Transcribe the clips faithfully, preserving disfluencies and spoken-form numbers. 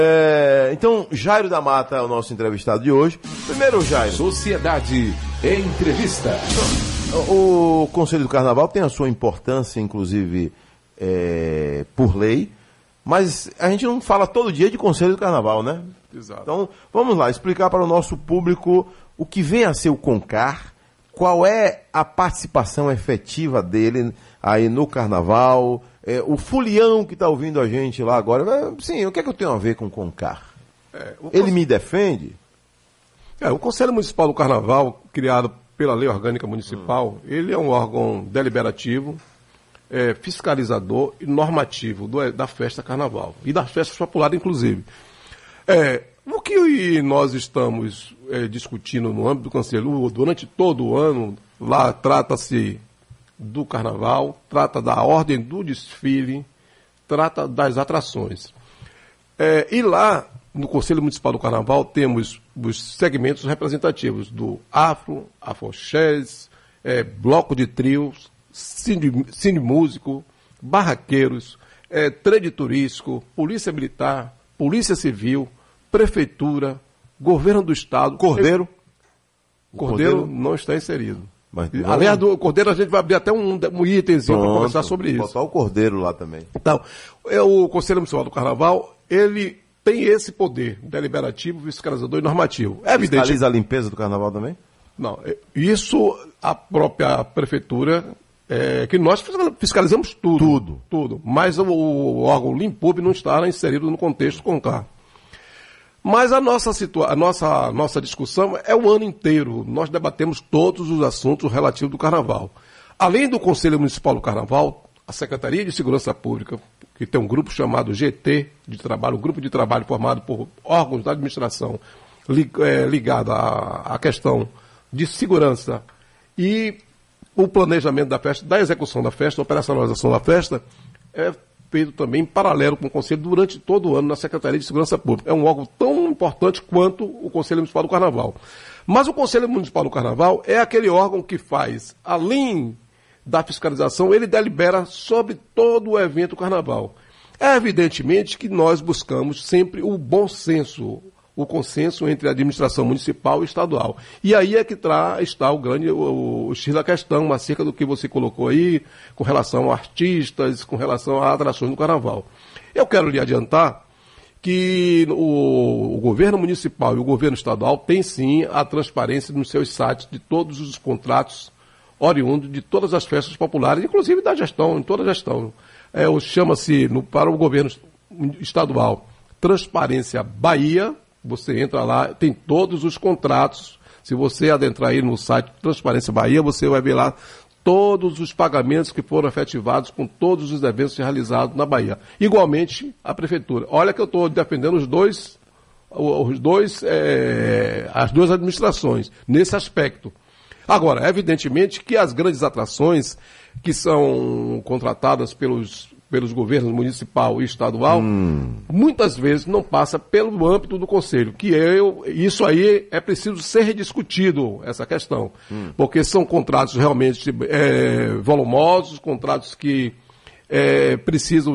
É, então, Jairo da Mata é o nosso entrevistado de hoje. Primeiro, Jairo. Sociedade Entrevista. O Conselho do Carnaval tem a sua importância, inclusive, é, por lei, mas a gente não fala todo dia de Conselho do Carnaval, né? Exato. Então, vamos lá, explicar para o nosso público o que vem a ser o CONCAR, qual é a participação efetiva dele aí no Carnaval, é, o fulião que está ouvindo a gente lá agora, sim, o que é que eu tenho a ver com o CONCAR? É, o Ele me defende? É, o Conselho Municipal do Carnaval, criado pela Lei Orgânica Municipal, hum. ele é um órgão deliberativo, é, fiscalizador e normativo do, da festa Carnaval, e das festas populares, inclusive. É, o que nós estamos é, discutindo no âmbito do Conselho durante todo o ano, lá trata-se do Carnaval, trata da ordem do desfile, trata das atrações. É, e lá, no Conselho Municipal do Carnaval, temos os segmentos representativos do Afro, Afoxés, é, Bloco de Trios, Cine, Cine Músico, Barraqueiros, é, Trade Turístico, Polícia Militar, Polícia Civil, Prefeitura, Governo do Estado. Cordeiro? Cordeiro, Cordeiro não está inserido. Mas, aliás, do Cordeiro a gente vai abrir até um, um itemzinho para conversar sobre isso. Botar o Cordeiro lá também. Então, é, o Conselho Municipal do Carnaval, ele tem esse poder deliberativo, fiscalizador e normativo. É evidente. Fiscaliza a limpeza do Carnaval também? Não, isso a própria Prefeitura, é, que nós fiscalizamos tudo. Tudo. Tudo. Mas o, o órgão Limpub não está inserido no contexto CONCAR. Mas a nossa, situa- a nossa, nossa discussão é o ano inteiro. Nós debatemos todos os assuntos relativos do Carnaval. Além do Conselho Municipal do Carnaval, a Secretaria de Segurança Pública, que tem um grupo chamado G T de trabalho, um grupo de trabalho formado por órgãos da administração li, é, ligado à, à questão de segurança e o planejamento da festa, da execução da festa, da operacionalização da festa, é feito também em paralelo com o Conselho durante todo o ano na Secretaria de Segurança Pública. É um órgão tão importante quanto o Conselho Municipal do Carnaval. Mas o Conselho Municipal do Carnaval é aquele órgão que faz, além da fiscalização, ele delibera sobre todo o evento Carnaval. É evidentemente que nós buscamos sempre o bom senso, o consenso entre a administração municipal e estadual. E aí é que tá, está o grande, o, o X da questão, acerca do que você colocou aí, com relação a artistas, com relação a atrações do Carnaval. Eu quero lhe adiantar que o, o governo municipal e o governo estadual têm sim a transparência nos seus sites de todos os contratos oriundos de todas as festas populares, inclusive da gestão, em toda a gestão. É, chama-se, no, para o governo estadual, Transparência Bahia. Você entra lá, tem todos os contratos. Se você adentrar aí no site Transparência Bahia, você vai ver lá todos os pagamentos que foram efetivados com todos os eventos realizados na Bahia. Igualmente, a Prefeitura. Olha que eu estou defendendo os dois, os dois, é, as duas administrações nesse aspecto. Agora, evidentemente que as grandes atrações que são contratadas pelos pelos governos municipal e estadual, hum. muitas vezes não passa pelo âmbito do Conselho, que eu, isso aí é preciso ser rediscutido, essa questão, hum. porque são contratos realmente é, volumosos, contratos que é, precisam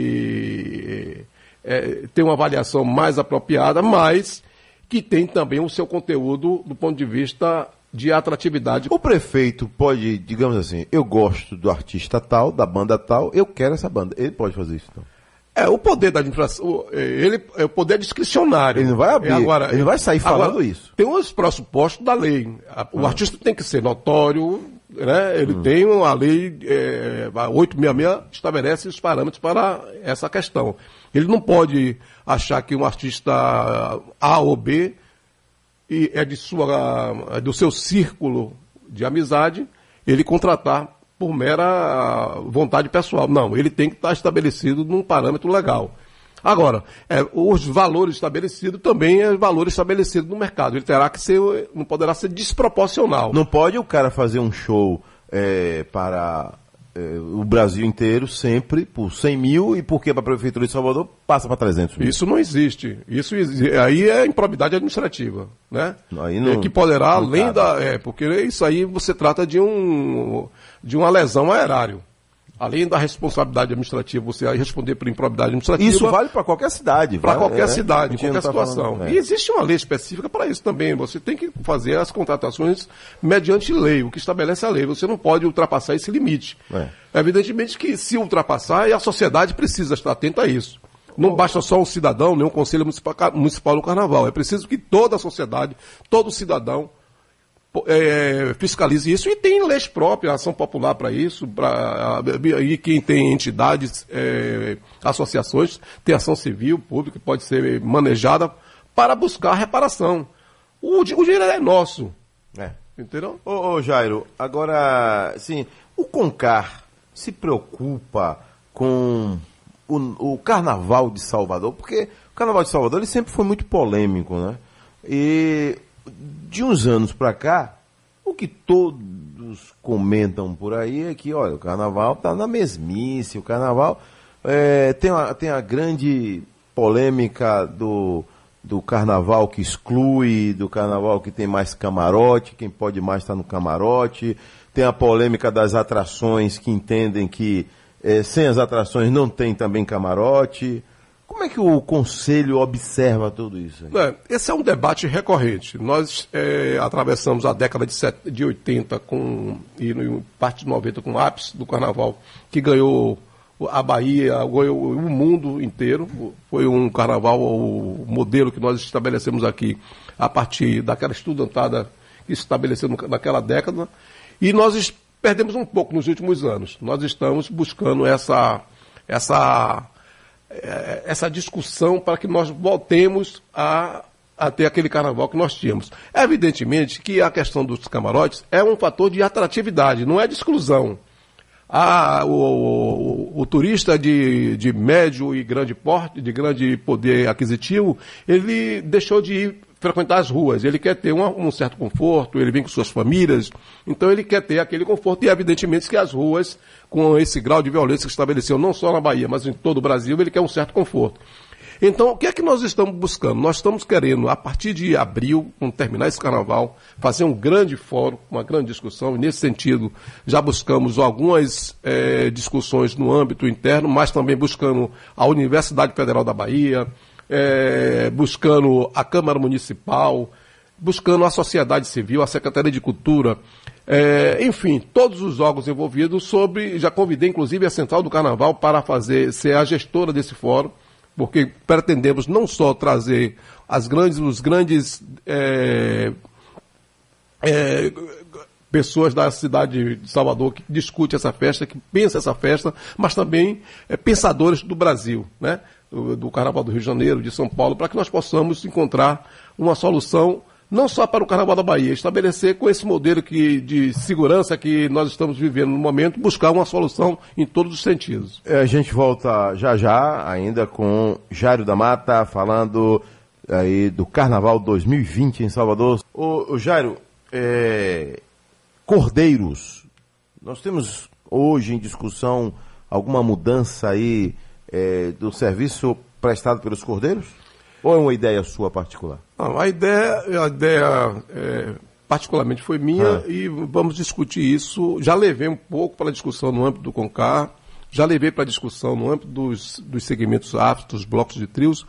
de é, ter uma avaliação mais apropriada, mas que tem também o seu conteúdo do ponto de vista de atratividade. O prefeito pode, digamos assim, eu gosto do artista tal, da banda tal, eu quero essa banda. Ele pode fazer isso, então? É, o poder da administração, ele é o poder discricionário. Ele não vai abrir, é, agora, ele não vai sair falando agora, isso. Tem os pressupostos da lei. O hum. artista tem que ser notório, né? Ele hum. tem a lei é, a oitocentos e sessenta e seis estabelece os parâmetros para essa questão. Ele não pode achar que um artista A ou B e é de sua, do seu círculo de amizade, ele contratar por mera vontade pessoal. Não, ele tem que estar estabelecido num parâmetro legal. Agora, é, os valores estabelecidos também é valores estabelecidos no mercado. Ele terá que ser, não poderá ser desproporcional. Não pode o cara fazer um show é, para é, o Brasil inteiro sempre por cem mil e porque para a Prefeitura de Salvador passa para trezentos mil. Isso não existe. Isso aí é improbidade administrativa, né? Aí não, é que poderá, não além cabe. da... É, porque isso aí você trata de, um, de uma lesão a erário. Além da responsabilidade administrativa, você vai responder por improbidade administrativa. Isso vale para qualquer cidade. Para qualquer é, cidade, em qualquer tá situação. Falando, é. E existe uma lei específica para isso também. Você tem que fazer as contratações mediante lei, o que estabelece a lei. Você não pode ultrapassar esse limite. É. Evidentemente que se ultrapassar, a sociedade precisa estar atenta a isso. Não basta só um cidadão, nem um conselho municipal, municipal no carnaval. É preciso que toda a sociedade, todo cidadão, É, fiscalize isso, e tem leis próprias, ação popular para isso, pra, e quem tem entidades, é, associações, tem ação civil, pública, que pode ser manejada para buscar reparação. O, o dinheiro é nosso. É. Entendeu? Ô, ô Jairo, agora, sim, o CONCAR se preocupa com o, o Carnaval de Salvador, porque o Carnaval de Salvador ele sempre foi muito polêmico, né? E de uns anos para cá, o que todos comentam por aí é que, olha, o carnaval está na mesmice, o carnaval é, tem, a, tem a grande polêmica do, do carnaval que exclui, do carnaval que tem mais camarote, quem pode mais está no camarote, tem a polêmica das atrações que entendem que é, sem as atrações não tem também camarote. Como é que o Conselho observa tudo isso? É, esse é um debate recorrente. Nós é, atravessamos a década de, set... de oitenta com, e no, parte de noventa com o ápice do Carnaval, que ganhou a Bahia, ganhou o mundo inteiro. Foi um carnaval, o modelo que nós estabelecemos aqui, a partir daquela estudantada que se estabeleceu naquela década. E nós perdemos um pouco nos últimos anos. Nós estamos buscando essa... essa essa discussão para que nós voltemos a, a ter aquele carnaval que nós tínhamos. Evidentemente que a questão dos camarotes é um fator de atratividade, não é de exclusão. Ah, o, o, o turista de, de médio e grande porte, de grande poder aquisitivo, ele deixou de ir frequentar as ruas, ele quer ter um, um certo conforto, ele vem com suas famílias, então ele quer ter aquele conforto, e evidentemente que as ruas, com esse grau de violência que estabeleceu não só na Bahia, mas em todo o Brasil, ele quer um certo conforto. Então, o que é que nós estamos buscando? Nós estamos querendo, a partir de abril, quando terminar esse carnaval, fazer um grande fórum, uma grande discussão, e nesse sentido já buscamos algumas eh, discussões no âmbito interno, mas também buscando a Universidade Federal da Bahia, É, buscando a Câmara Municipal, buscando a sociedade civil, a Secretaria de Cultura, é, enfim, todos os órgãos envolvidos sobre, já convidei inclusive a Central do Carnaval para fazer, ser a gestora desse fórum, porque pretendemos não só trazer as grandes, os grandes é, é, pessoas da cidade de Salvador que discutem essa festa, que pensam essa festa, mas também é, pensadores do Brasil, né? Do, do Carnaval do Rio de Janeiro, de São Paulo, para que nós possamos encontrar uma solução não só para o Carnaval da Bahia, estabelecer com esse modelo que, de segurança que nós estamos vivendo no momento, buscar uma solução em todos os sentidos. É, a gente volta já já, ainda com Jairo da Mata, falando aí do Carnaval dois mil e vinte em Salvador. Ô, ô Jairo, é, Cordeiros, nós temos hoje em discussão alguma mudança aí é, do serviço prestado pelos Cordeiros? Ou é uma ideia sua particular? Não, a ideia, a ideia é, particularmente foi minha, ah. e vamos discutir isso. Já levei um pouco para a discussão no âmbito do CONCAR, já levei para a discussão no âmbito dos, dos segmentos afros, dos blocos de trios,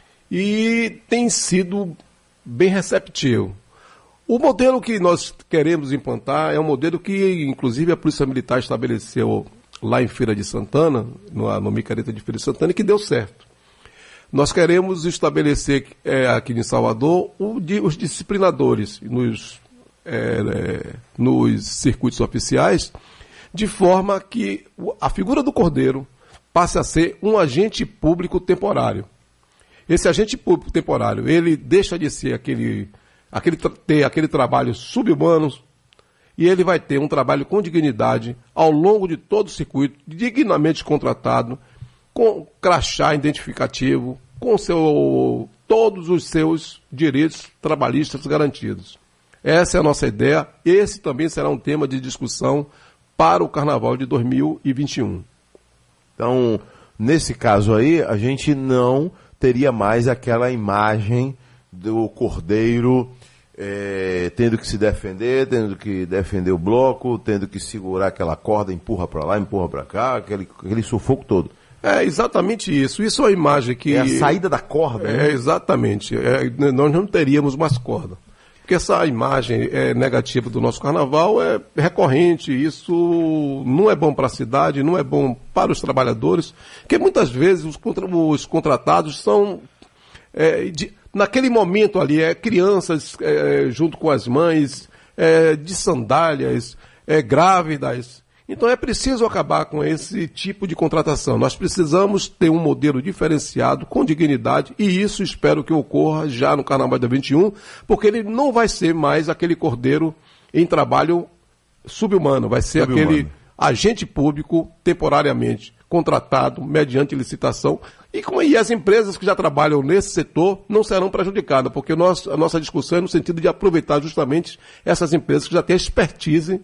e tem sido bem receptivo. O modelo que nós queremos implantar é um modelo que, inclusive, a Polícia Militar estabeleceu lá em Feira de Santana, no, no Micareta de Feira de Santana, e que deu certo. Nós queremos estabelecer é, aqui em Salvador o, os disciplinadores nos, é, nos circuitos oficiais, de forma que a figura do cordeiro passe a ser um agente público temporário. Esse agente público temporário, ele deixa de ser aquele, aquele, ter aquele trabalho subhumano, e ele vai ter um trabalho com dignidade ao longo de todo o circuito, dignamente contratado, com crachá identificativo, com seu, todos os seus direitos trabalhistas garantidos. Essa é a nossa ideia. Esse também será um tema de discussão para o Carnaval de dois mil e vinte e um. Então, nesse caso aí, a gente não teria mais aquela imagem do cordeiro é, tendo que se defender, tendo que defender o bloco, tendo que segurar aquela corda, empurra para lá, empurra para cá, aquele, aquele sufoco todo. É exatamente isso. Isso é a imagem que... É a saída da corda, É, né? exatamente. É, nós não teríamos mais corda. Porque essa imagem é, negativa do nosso carnaval é recorrente. Isso não é bom para a cidade, não é bom para os trabalhadores, porque muitas vezes os, contra, os contratados são... É, de, naquele momento ali, é crianças é, junto com as mães, é, de sandálias, é, grávidas. Então é preciso acabar com esse tipo de contratação. Nós precisamos ter um modelo diferenciado, com dignidade, e isso espero que ocorra já no Carnaval de vinte e um, porque ele não vai ser mais aquele cordeiro em trabalho sub-humano, vai ser Sub-humano. aquele agente público temporariamente contratado mediante licitação, e, com, e as empresas que já trabalham nesse setor não serão prejudicadas, porque nós, a nossa discussão é no sentido de aproveitar justamente essas empresas que já têm expertise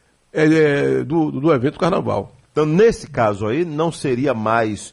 é, do, do evento Carnaval. Então, nesse caso aí, não seria mais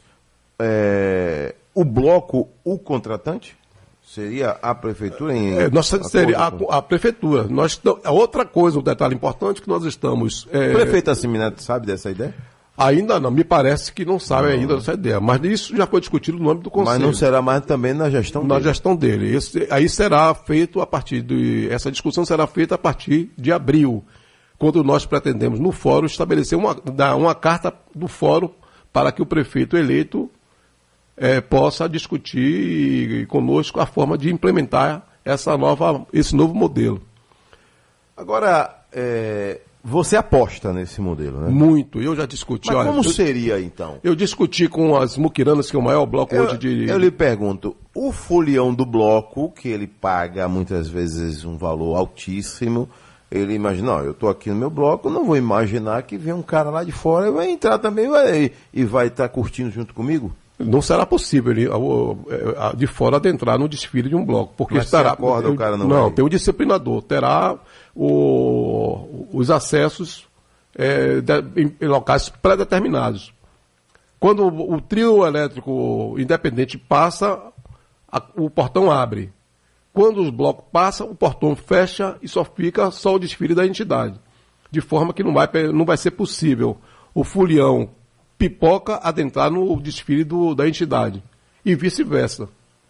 é, o bloco o contratante? Seria a prefeitura em... É, nós seria a, a prefeitura. Nós, a outra coisa, um detalhe importante, que nós estamos... É, o prefeito Assemineto sabe dessa ideia? Ainda não, me parece que não sabe não, ainda dessa ideia, mas isso já foi discutido no âmbito do Conselho. Mas não será mais também na gestão na dele? Na gestão dele. Esse, aí será feito a partir de... Essa discussão será feita a partir de abril, quando nós pretendemos no fórum estabelecer uma, dar uma carta do fórum para que o prefeito eleito é, possa discutir conosco a forma de implementar essa nova, esse novo modelo. Agora, é, você aposta nesse modelo, né? Muito. Eu já discuti. Mas olha, como eu, seria, então? Eu discuti com as muquiranas, que é o maior bloco eu, hoje de... Eu lhe pergunto, o folião do bloco, que ele paga muitas vezes um valor altíssimo, ele imagina, não, eu estou aqui no meu bloco, não vou imaginar que vem um cara lá de fora e vai entrar também vai, e vai estar tá curtindo junto comigo? Não será possível ele de fora adentrar no desfile de um bloco, porque mas estará... se acorda, o cara não Não, vai... tem um disciplinador, terá o, os acessos é, de, em, em locais pré-determinados. Quando o, o trio elétrico independente passa, a, o portão abre. Quando os blocos passam, o portão fecha e só fica só o desfile da entidade. De forma que não vai, não vai ser possível o folião pipoca adentrar no desfile do, da entidade. E vice-versa.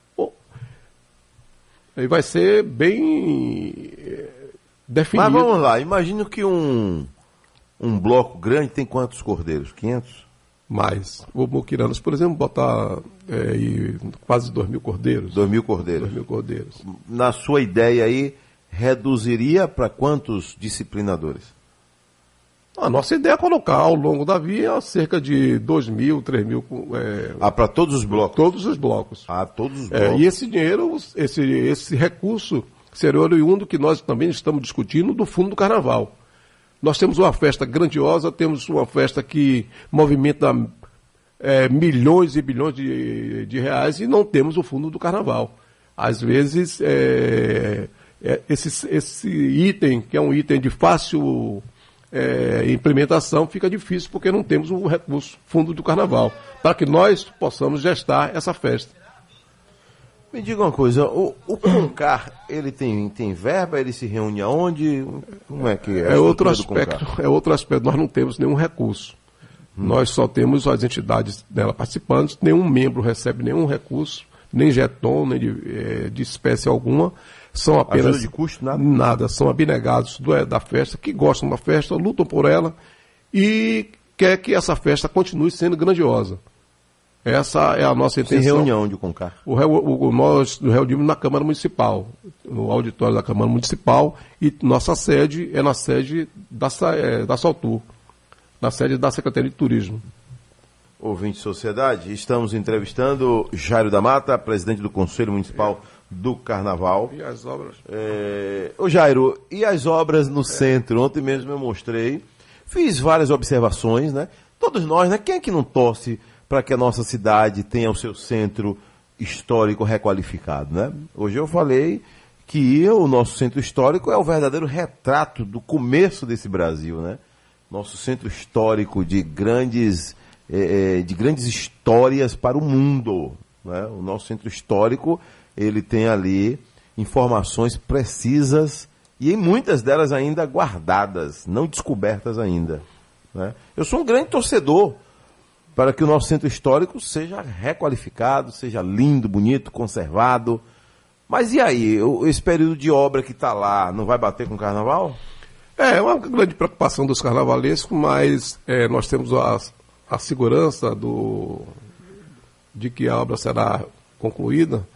Aí vai ser bem é, definido. Mas vamos lá, imagino que um, um bloco grande tem quantos cordeiros? quinhentos? Mais. O Muquiranos, por exemplo, botar é, e quase dois mil cordeiros. Dois mil cordeiros. Dois mil cordeiros. Na sua ideia aí, reduziria para quantos disciplinadores? A nossa ideia é colocar ao longo da via cerca de dois mil, três mil... É, ah, para todos os blocos? Todos os blocos. Ah, todos os blocos. É, e esse dinheiro, esse, esse recurso, seria oriundo que nós também estamos discutindo do Fundo do Carnaval. Nós temos uma festa grandiosa, temos uma festa que movimenta é, milhões e bilhões de, de reais e não temos o Fundo do Carnaval. Às vezes, é, é, esse, esse item, que é um item de fácil é, implementação, fica difícil porque não temos o recurso Fundo do Carnaval, para que nós possamos gestar essa festa. Me diga uma coisa, o, o CONCAR, ele tem, tem verba, ele se reúne aonde? Como é que é? É outro aspecto, é outro aspecto, nós não temos nenhum recurso. Hum. Nós só temos as entidades dela participantes, nenhum membro recebe nenhum recurso, nem jeton, nem de, é, de espécie alguma. São apenas... Ajuda de custo, nada? Nada, são abnegados do, da festa, que gostam da festa, lutam por ela e quer que essa festa continue sendo grandiosa. Essa é a nossa intenção. Sem reunião de CONCAR? O, o, o, nós nos reunimos na Câmara Municipal, no auditório da Câmara Municipal, e nossa sede é na sede da, é, da Saltur, na sede da Secretaria de Turismo. Ouvinte de Sociedade, estamos entrevistando Jairo da Mata, presidente do Conselho Municipal do Carnaval. E as obras? É... Ô Jairo, e as obras no é. centro? Ontem mesmo eu mostrei, fiz várias observações, né? Todos nós, né? Quem é que não torce para que a nossa cidade tenha o seu centro histórico requalificado, né? Hoje eu falei que o nosso centro histórico é o verdadeiro retrato do começo desse Brasil, né? Nosso centro histórico de grandes, é, de grandes histórias para o mundo, né? O nosso centro histórico, ele tem ali informações precisas e em muitas delas ainda guardadas, não descobertas ainda, né? Eu sou um grande torcedor para que o nosso centro histórico seja requalificado, seja lindo, bonito, conservado. Mas e aí, esse período de obra que está lá, não vai bater com o carnaval? É, é uma grande preocupação dos carnavalescos, mas é, nós temos a, a segurança do, de que a obra será concluída,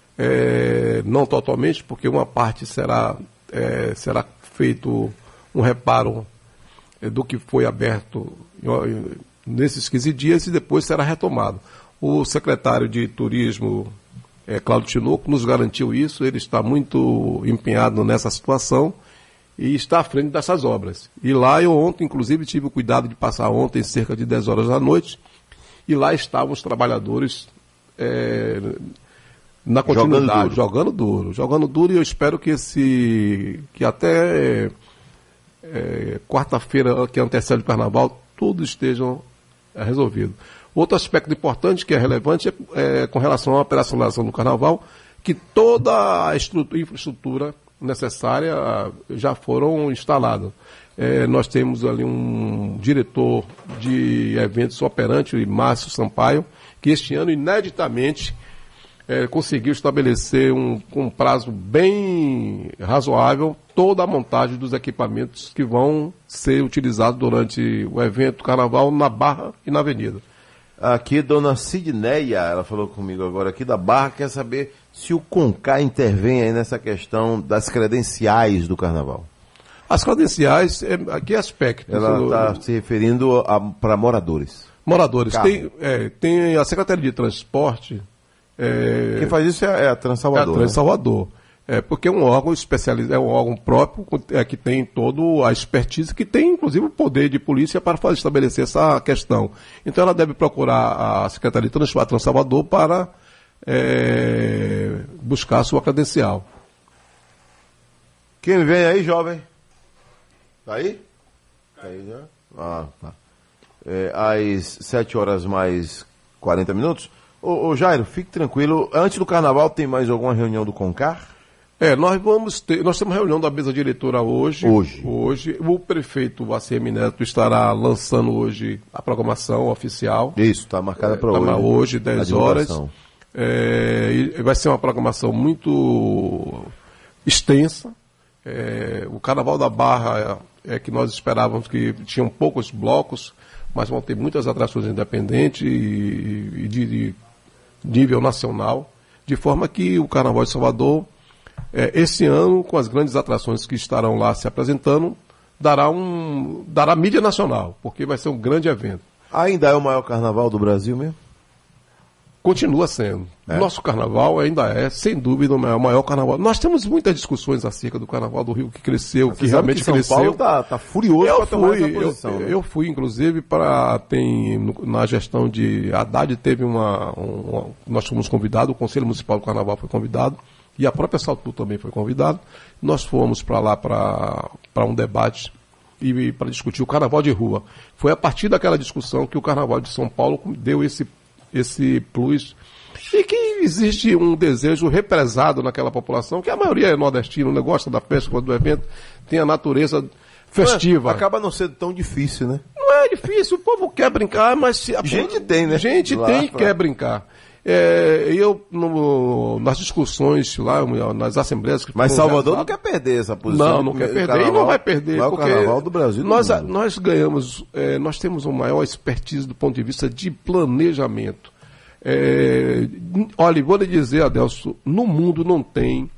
é, não totalmente, porque uma parte será, é, será feito um reparo é, do que foi aberto em, nesses quinze dias e depois será retomado. O secretário de Turismo, é, Cláudio Tinoco, nos garantiu isso, ele está muito empenhado nessa situação e está à frente dessas obras. E lá eu ontem, inclusive, tive o cuidado de passar ontem cerca de dez horas da noite, e lá estavam os trabalhadores é, na continuidade, jogando duro. jogando duro, jogando duro, e eu espero que esse que até é, quarta-feira que antecede o carnaval, tudo esteja é, resolvido. Outro aspecto importante que é relevante é, é com relação à operacionalização do carnaval, que toda a infraestrutura necessária já foram instaladas. É, nós temos ali um diretor de eventos operante, o Márcio Sampaio, que este ano, ineditamente, é, conseguiu estabelecer um, com um prazo bem razoável toda a montagem dos equipamentos que vão ser utilizados durante o evento Carnaval na Barra e na Avenida. Aqui, dona Sidneia, ela falou comigo agora aqui da Barra, quer saber se o CONCAR intervém aí nessa questão das credenciais do Carnaval. As credenciais, é, a que aspecto? Ela está se referindo para moradores. Moradores. Tem, é, tem a Secretaria de Transporte. É, Quem faz isso é a Transalvador. É a Transalvador. Né? É, porque é um órgão especializado, é um órgão próprio, é, que tem toda a expertise, que tem inclusive o poder de polícia para fazer, estabelecer essa questão. Então ela deve procurar a Secretaria de Transporte, a Transalvador, para é, buscar a sua credencial. Quem vem aí, jovem? Tá aí? Tá aí, né? Ah, tá. É, às sete horas mais quarenta minutos. Ô, ô Jairo, fique tranquilo. Antes do carnaval tem mais alguma reunião do CONCAR? É, nós vamos ter, nós temos reunião da mesa diretora hoje. Hoje. Hoje. O prefeito A C M Neto estará lançando hoje a programação oficial. Isso, está marcada para é, hoje. Para hoje, dez horas. É, vai ser uma programação muito extensa. É, o Carnaval da Barra é, é que nós esperávamos que tinham poucos blocos, mas vão ter muitas atrações independentes e, e de, de nível nacional, de forma que o Carnaval de Salvador, é, esse ano, com as grandes atrações que estarão lá se apresentando, dará, um, dará mídia nacional, porque vai ser um grande evento. Ainda é o maior carnaval do Brasil mesmo? Continua sendo. É. Nosso carnaval ainda é, sem dúvida, o maior, o maior carnaval. Nós temos muitas discussões acerca do carnaval do Rio, que cresceu, Mas que realmente que São cresceu. São Paulo está tá furioso para tomar essa posição. Eu, né? eu fui, inclusive, para. Tem, no, na gestão de Haddad, teve uma, uma. Nós fomos convidados, o Conselho Municipal do Carnaval foi convidado, e a própria Saltu também foi convidada. Nós fomos para lá para um debate e, e para discutir o carnaval de rua. Foi a partir daquela discussão que o Carnaval de São Paulo deu esse. esse plus, e que existe um desejo represado naquela população, que a maioria é nordestina, não gosta da festa, do evento, tem a natureza festiva. Mas acaba não sendo tão difícil, né? Não é difícil, o povo quer brincar, mas... Se a gente tem, né? Gente lá tem e pra... quer brincar. É, eu, no, nas discussões lá, nas assembleias... Que mas Salvador não quer perder essa posição. Não, não quer perder carnaval, e não vai perder. Vai porque o carnaval do Brasil. Nós, do nós ganhamos, é, nós temos uma maior expertise do ponto de vista de planejamento. É, olha, vou lhe dizer, Adelso, no mundo não tem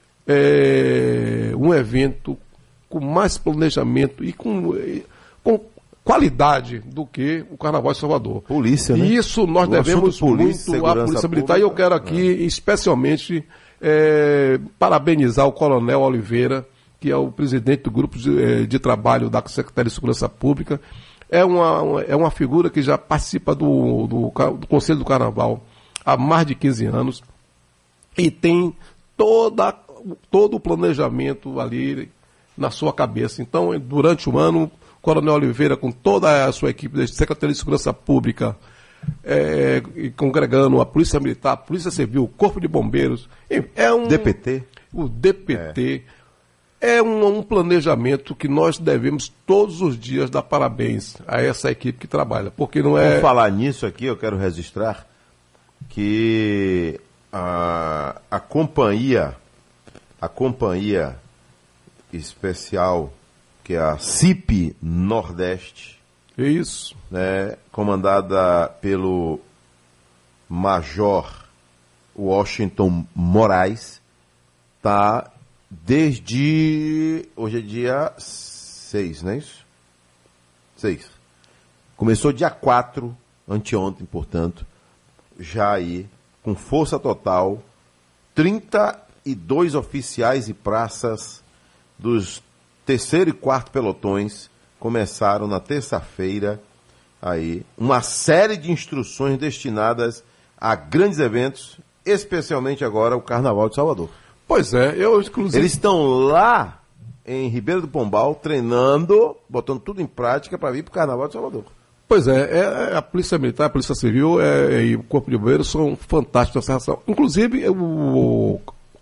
é, um evento com mais planejamento e com, com qualidade do que o Carnaval de Salvador. Polícia, né? E isso nós o devemos polícia, muito à Polícia Militar, e eu quero aqui é. especialmente é, parabenizar o Coronel Oliveira, que é o presidente do grupo de, de trabalho da Secretaria de Segurança Pública. É uma, é uma figura que já participa do, do, do Conselho do Carnaval há mais de quinze anos e tem toda, todo o planejamento ali na sua cabeça. Então, durante o ano, o Coronel Oliveira, com toda a sua equipe da Secretaria de Segurança Pública, é, e congregando a Polícia Militar, a Polícia Civil, o Corpo de Bombeiros. É um, D P T. O D P T. É, é um, um planejamento que nós devemos todos os dias dar parabéns a essa equipe que trabalha. Porque não é. Vamos falar nisso aqui, eu quero registrar que a, a companhia, a companhia especial, que é a C I P Nordeste, isso, né, comandada pelo Major Washington Moraes, está desde, hoje é dia seis, não é isso? seis. Começou dia quatro, anteontem, portanto, já aí, com força total, trinta e dois oficiais e praças dos terceiro e quarto pelotões começaram na terça-feira aí uma série de instruções destinadas a grandes eventos, especialmente agora o Carnaval de Salvador. Pois é, eu inclusive... Eles estão lá em Ribeira do Pombal treinando, botando tudo em prática para vir para o Carnaval de Salvador. Pois é, é, a Polícia Militar, a Polícia Civil é, e o Corpo de Bombeiros são fantásticos nessa relação. Inclusive, o,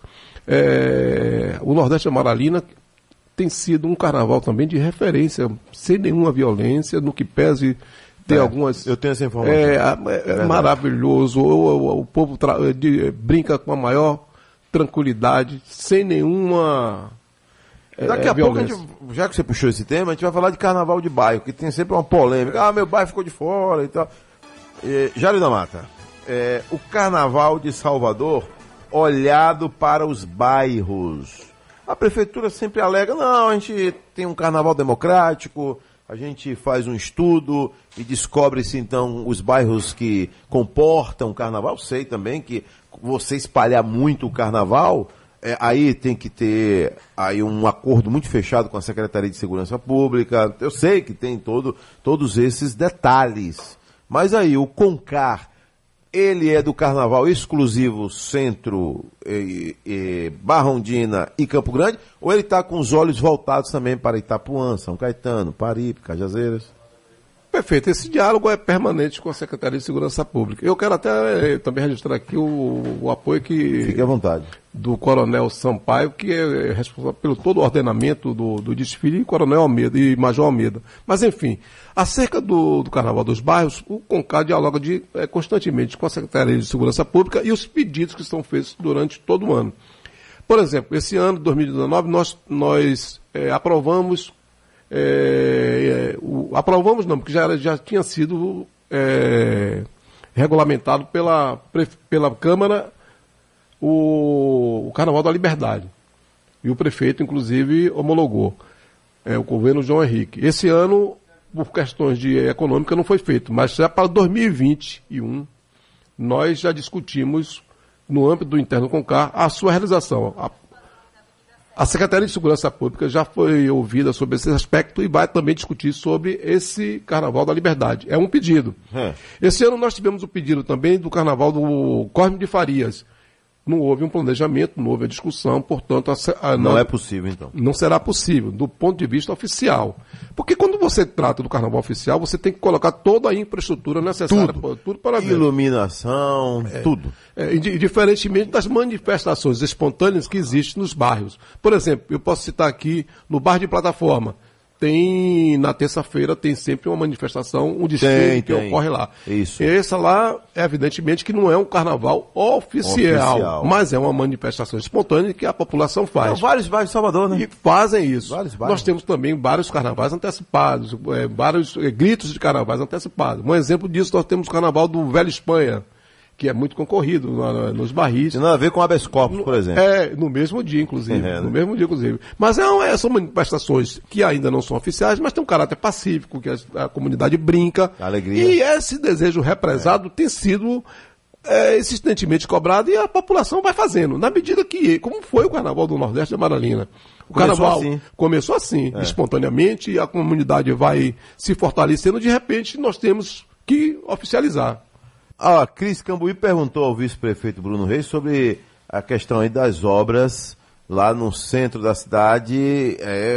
é, o Nordeste Amaralina tem sido um carnaval também de referência, sem nenhuma violência, no que pese ter é, algumas... Eu tenho essa informação. É, é, é maravilhoso, o, o, o povo tra... de, brinca com a maior tranquilidade, sem nenhuma é, Daqui a violência. pouco, a gente, já que você puxou esse tema, a gente vai falar de carnaval de bairro, que tem sempre uma polêmica. Ah, meu bairro ficou de fora e tal. É, Jário da Mata, é, o carnaval de Salvador olhado para os bairros. A prefeitura sempre alega, não, a gente tem um carnaval democrático, a gente faz um estudo e descobre-se então os bairros que comportam o carnaval. Eu sei também que você espalhar muito o carnaval, é, aí tem que ter aí um acordo muito fechado com a Secretaria de Segurança Pública. Eu sei que tem todo, todos esses detalhes. Mas aí o CONCAR, ele é do carnaval exclusivo Centro, e, e, Barrondina e Campo Grande, ou ele está com os olhos voltados também para Itapuã, São Caetano, Paripe, Cajazeiras? Perfeito, esse diálogo é permanente com a Secretaria de Segurança Pública. Eu quero até eh, também registrar aqui o, o apoio que... Fique à vontade. Do Coronel Sampaio, que é responsável pelo todo o ordenamento do, do desfile, e Coronel Almeida e Major Almeida. Mas, enfim, acerca do, do Carnaval dos Bairros, o CONCAR dialoga de, é, constantemente com a Secretaria de Segurança Pública e os pedidos que são feitos durante todo o ano. Por exemplo, esse ano, dois mil e dezenove, nós, nós é, aprovamos, é, é, o, aprovamos não, porque já, era, já tinha sido é, regulamentado pela, pela Câmara O, o Carnaval da Liberdade. E o prefeito, inclusive, homologou. É, o governo João Henrique. Esse ano, por questões de econômica, não foi feito. Mas já para dois mil e vinte e um, nós já discutimos, no âmbito do interno CONCAR, a sua realização. A, a Secretaria de Segurança Pública já foi ouvida sobre esse aspecto e vai também discutir sobre esse Carnaval da Liberdade. É um pedido. É. Esse ano nós tivemos o pedido também do Carnaval do Cosme de Farias. Não houve um planejamento, não houve a discussão, portanto... A, a, não, não é possível, então. Não será possível, do ponto de vista oficial. Porque quando você trata do carnaval oficial, você tem que colocar toda a infraestrutura necessária. Tudo, para, tudo para iluminação, é, tudo. É, diferentemente das manifestações espontâneas que existem nos bairros. Por exemplo, eu posso citar aqui, no bairro de Plataforma, tem, na terça-feira, tem sempre uma manifestação, um desfile que tem. ocorre lá. Isso. Essa lá, evidentemente, que não é um carnaval oficial, oficial, mas é uma manifestação espontânea que a população faz. Não, vários bairros de Salvador, né? E fazem isso. Vários bairros. Nós temos também vários carnavais antecipados, é, vários é, gritos de carnavais antecipados. Um exemplo disso, nós temos o carnaval do Velho Espanha, que é muito concorrido na, nos barris. Tem nada a ver com habeas corpus, por exemplo. É, no mesmo dia, inclusive. É, né? No mesmo dia, inclusive. Mas é, são manifestações que ainda não são oficiais, mas tem um caráter pacífico, que a, a comunidade brinca. Alegria. E esse desejo represado é. tem sido é, insistentemente cobrado e a população vai fazendo. Na medida que, como foi o Carnaval do Nordeste de Amaralina. O começou Carnaval assim. começou assim, é. espontaneamente, e a comunidade vai se fortalecendo. De repente, nós temos que oficializar. Ah, Cris Cambuí perguntou ao vice-prefeito Bruno Reis sobre a questão aí das obras lá no centro da cidade, é,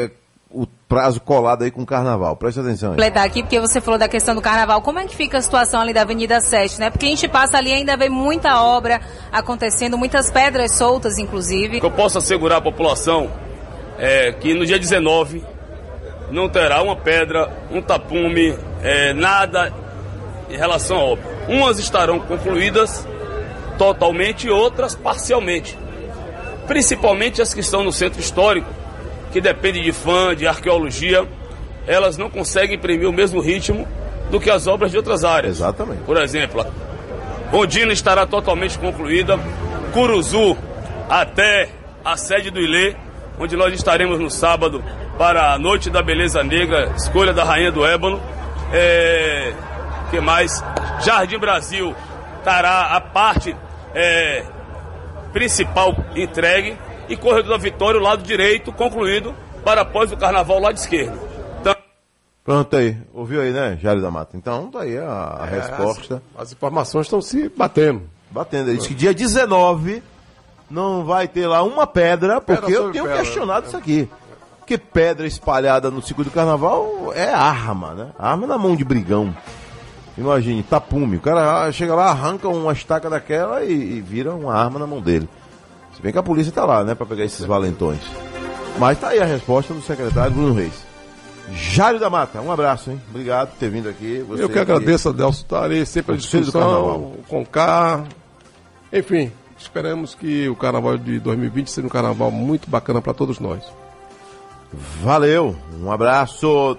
o prazo colado aí com o carnaval. Presta atenção aí. Completar aqui, porque você falou da questão do carnaval. Como é que fica a situação ali da Avenida sete, né? Porque a gente passa ali e ainda vê muita obra acontecendo, muitas pedras soltas, inclusive. Eu posso assegurar à população é, que no dia dezenove não terá uma pedra, um tapume, é, nada em relação à obra. Umas estarão concluídas totalmente e outras parcialmente. Principalmente as que estão no centro histórico, que depende de fã, de arqueologia, elas não conseguem imprimir o mesmo ritmo do que as obras de outras áreas. Exatamente. Por exemplo, Ondina estará totalmente concluída, Curuzu até a sede do Ilê, onde nós estaremos no sábado para a Noite da Beleza Negra, escolha da Rainha do Ébano. É... que mais? Jardim Brasil estará a parte é, principal entregue, e Corredor da Vitória, o lado direito, concluído para após o carnaval, lado esquerdo. Então... Pronto aí, ouviu aí, né, Jário da Mata? Então, tá aí a, a é, resposta. As, as informações estão se batendo. Batendo. Diz que dia dezenove não vai ter lá uma pedra, porque pedra eu tenho pedra, questionado é. isso aqui. Porque pedra espalhada no ciclo do carnaval é arma, né? Arma na mão de brigão. Imagine, tapume. O cara chega lá, arranca uma estaca daquela e, e vira uma arma na mão dele. Se bem que a polícia tá lá, né, pra pegar esses valentões. Mas tá aí a resposta do secretário Bruno Reis. Jário da Mata, um abraço, hein? Obrigado por ter vindo aqui. Você Eu que agradeço, Adelso, estarei sempre à disposição, com K. Enfim, esperamos que o carnaval de dois mil e vinte seja um carnaval muito bacana para todos nós. Valeu, um abraço.